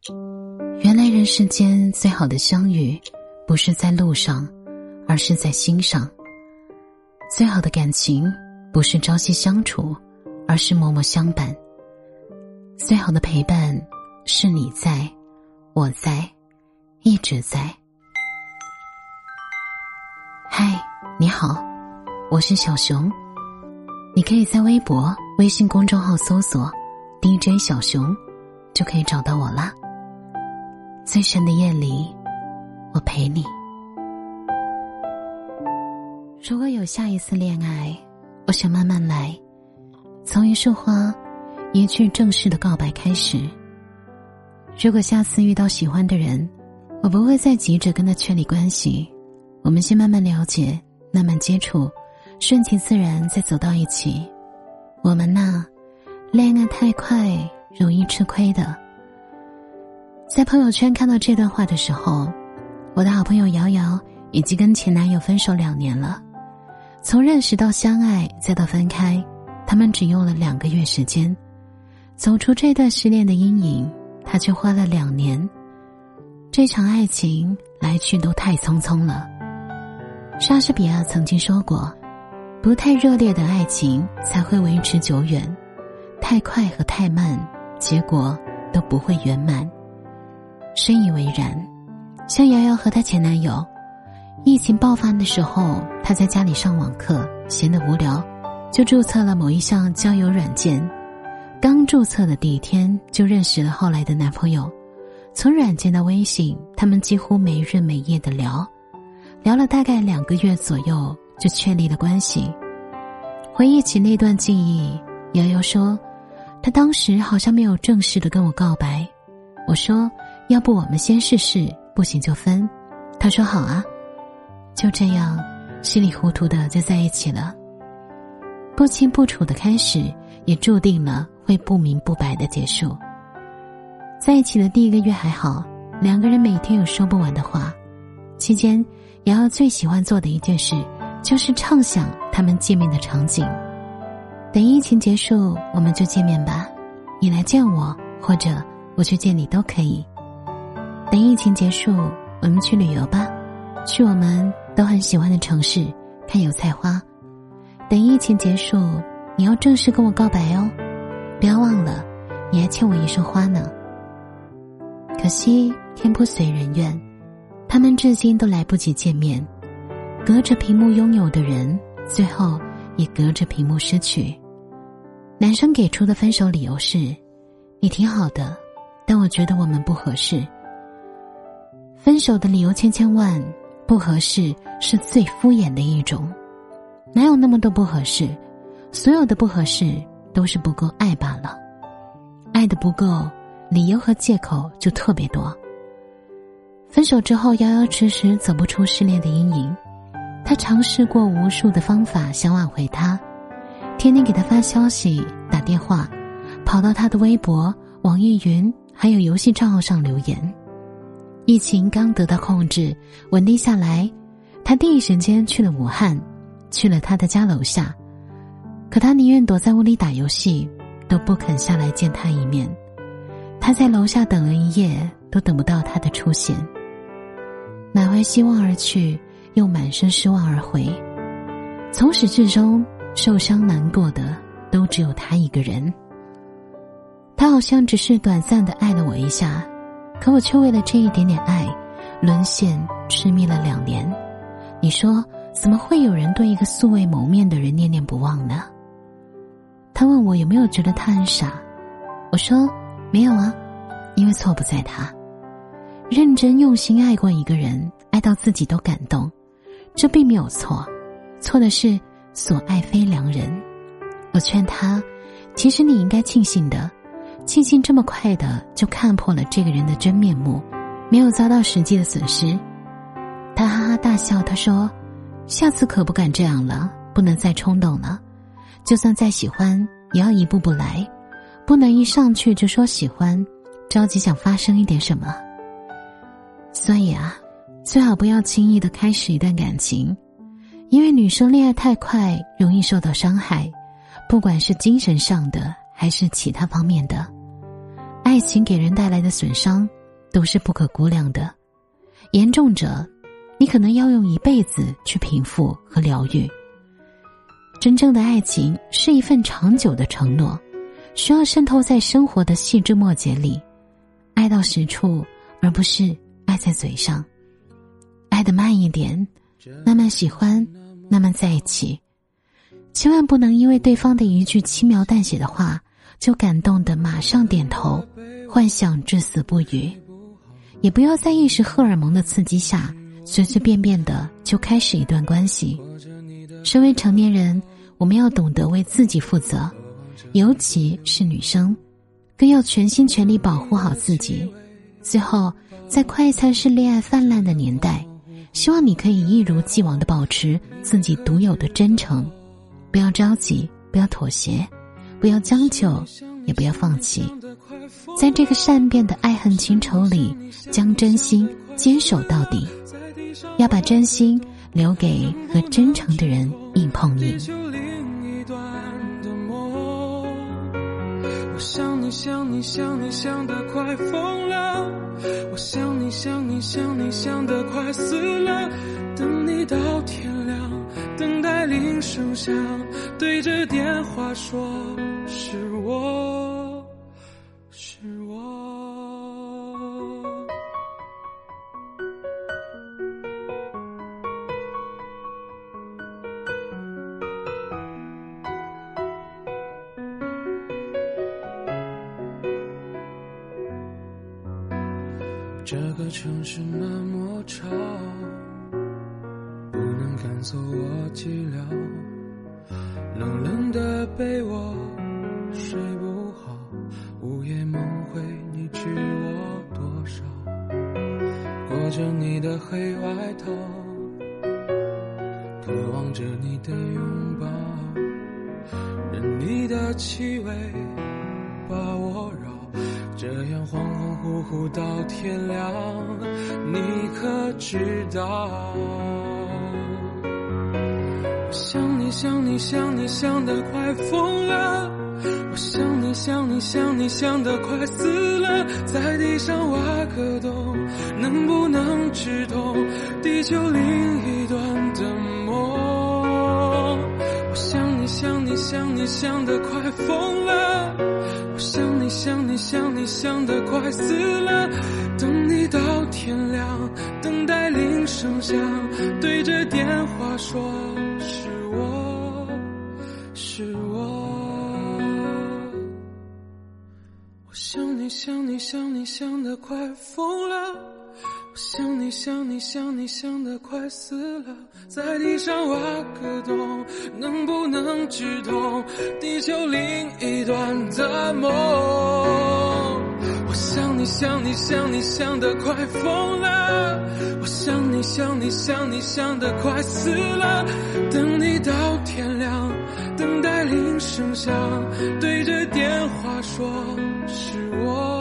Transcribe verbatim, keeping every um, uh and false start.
原来人世间最好的相遇，不是在路上，而是在心上。最好的感情，不是朝夕相处，而是默默相伴。最好的陪伴，是你在，我在，一直在。嗨，你好，我是小熊。你可以在微博、微信公众号搜索 D J 小熊，就可以找到我啦。最深的夜里，我陪你。如果有下一次恋爱，我想慢慢来，从一束花，一句正式的告白开始。如果下次遇到喜欢的人，我不会再急着跟他确立关系，我们先慢慢了解，慢慢接触，顺其自然再走到一起。我们呐，恋爱太快，容易吃亏的。在朋友圈看到这段话的时候，我的好朋友瑶瑶已经跟前男友分手两年了。从认识到相爱再到分开，他们只用了两个月时间。走出这段失恋的阴影，他却花了两年。这场爱情来去都太匆匆了。莎士比亚曾经说过，不太热烈的爱情才会维持久远，太快和太慢，结果都不会圆满。深以为然。像瑶瑶和她前男友，疫情爆发的时候，她在家里上网课，闲得无聊，就注册了某一项交友软件。刚注册的第一天就认识了后来的男朋友，从软件到微信，他们几乎没日没夜的聊，聊了大概两个月左右就确立了关系。回忆起那段记忆，瑶瑶说，她当时好像没有正式的跟我告白。我说，要不我们先试试，不行就分。她说好啊。就这样稀里糊涂的就在一起了。不清不楚的开始，也注定了会不明不白的结束。在一起的第一个月还好，两个人每天有说不完的话。期间瑶瑶最喜欢做的一件事，就是畅想他们见面的场景。等疫情结束，我们就见面吧，你来见我，或者我去见你都可以。等疫情结束，我们去旅游吧，去我们都很喜欢的城市看油菜花。等疫情结束，你要正式跟我告白哦，不要忘了，你还欠我一束花呢。可惜天不随人愿，他们至今都来不及见面。隔着屏幕拥有的人，最后也隔着屏幕失去。男生给出的分手理由是，你挺好的，但我觉得我们不合适。分手的理由千千万，不合适是最敷衍的一种。哪有那么多不合适？所有的不合适都是不够爱罢了。爱的不够，理由和借口就特别多。分手之后，瑶瑶迟迟走不出失恋的阴影。她尝试过无数的方法想挽回他，天天给他发消息、打电话，跑到他的微博、网易云还有游戏账号上留言。疫情刚得到控制，稳定下来，他第一时间去了武汉，去了他的家楼下。可他宁愿躲在屋里打游戏，都不肯下来见他一面。他在楼下等了一夜，都等不到他的出现。满怀希望而去，又满身失望而回。从始至终，受伤难过的都只有他一个人。他好像只是短暂的爱了我一下，可我却为了这一点点爱，沦陷痴迷了两年。你说，怎么会有人对一个素未谋面的人念念不忘呢？他问我有没有觉得他很傻，我说没有啊，因为错不在他。认真用心爱过一个人，爱到自己都感动，这并没有错，错的是所爱非良人。我劝他，其实你应该庆幸的，庆幸这么快的就看破了这个人的真面目，没有遭到实际的损失。他哈哈大笑，他说，下次可不敢这样了，不能再冲动了，就算再喜欢也要一步步来，不能一上去就说喜欢，着急想发生一点什么。所以啊，最好不要轻易的开始一段感情，因为女生恋爱太快，容易受到伤害，不管是精神上的还是其他方面的。爱情给人带来的损伤都是不可估量的，严重者你可能要用一辈子去平复和疗愈。真正的爱情是一份长久的承诺，需要渗透在生活的细枝末节里，爱到实处，而不是爱在嘴上。爱得慢一点，慢慢喜欢，慢慢在一起。千万不能因为对方的一句轻描淡写的话，就感动得马上点头，幻想至死不渝。也不要在一时荷尔蒙的刺激下，随随便便的就开始一段关系。身为成年人，我们要懂得为自己负责，尤其是女生，更要全心全力保护好自己。最后，在快餐式恋爱泛滥的年代，希望你可以一如既往地保持自己独有的真诚，不要着急，不要妥协，不要将就，也不要放弃。在这个善变的爱恨情仇里，将真心坚守到底，要把真心留给和真诚的人硬碰硬。 我想你想你想你想得快疯了，我想你想你想你想得快死了，等你到天亮，等待铃声响，对着电话说是我是我。这个城市满魔潮，不能赶走我寂寥，冷冷的被窝睡不好，午夜梦回你知我多少，裹着你的黑外套，渴望着你的拥抱，任你的气味把我绕，这样恍恍惚惚到天亮，你可知道？我想你想你想你想得快疯了，我想你想你想你想得快死了，在地上挖个洞，能不能直通地球另一端的梦？我想你想你想你想得快疯了，我想你想你想你想得快死了，等你到天亮，等待铃声响，对着电话说是我是我。我想你想你想你想得快疯了，我想你想你想你想得快死了，在地上挖个洞，能不能直通地球另一端的梦？我想你想你想你想得快疯了，我想你想你想你想得快死了，等你到天亮，等待铃声响，对着电话说是我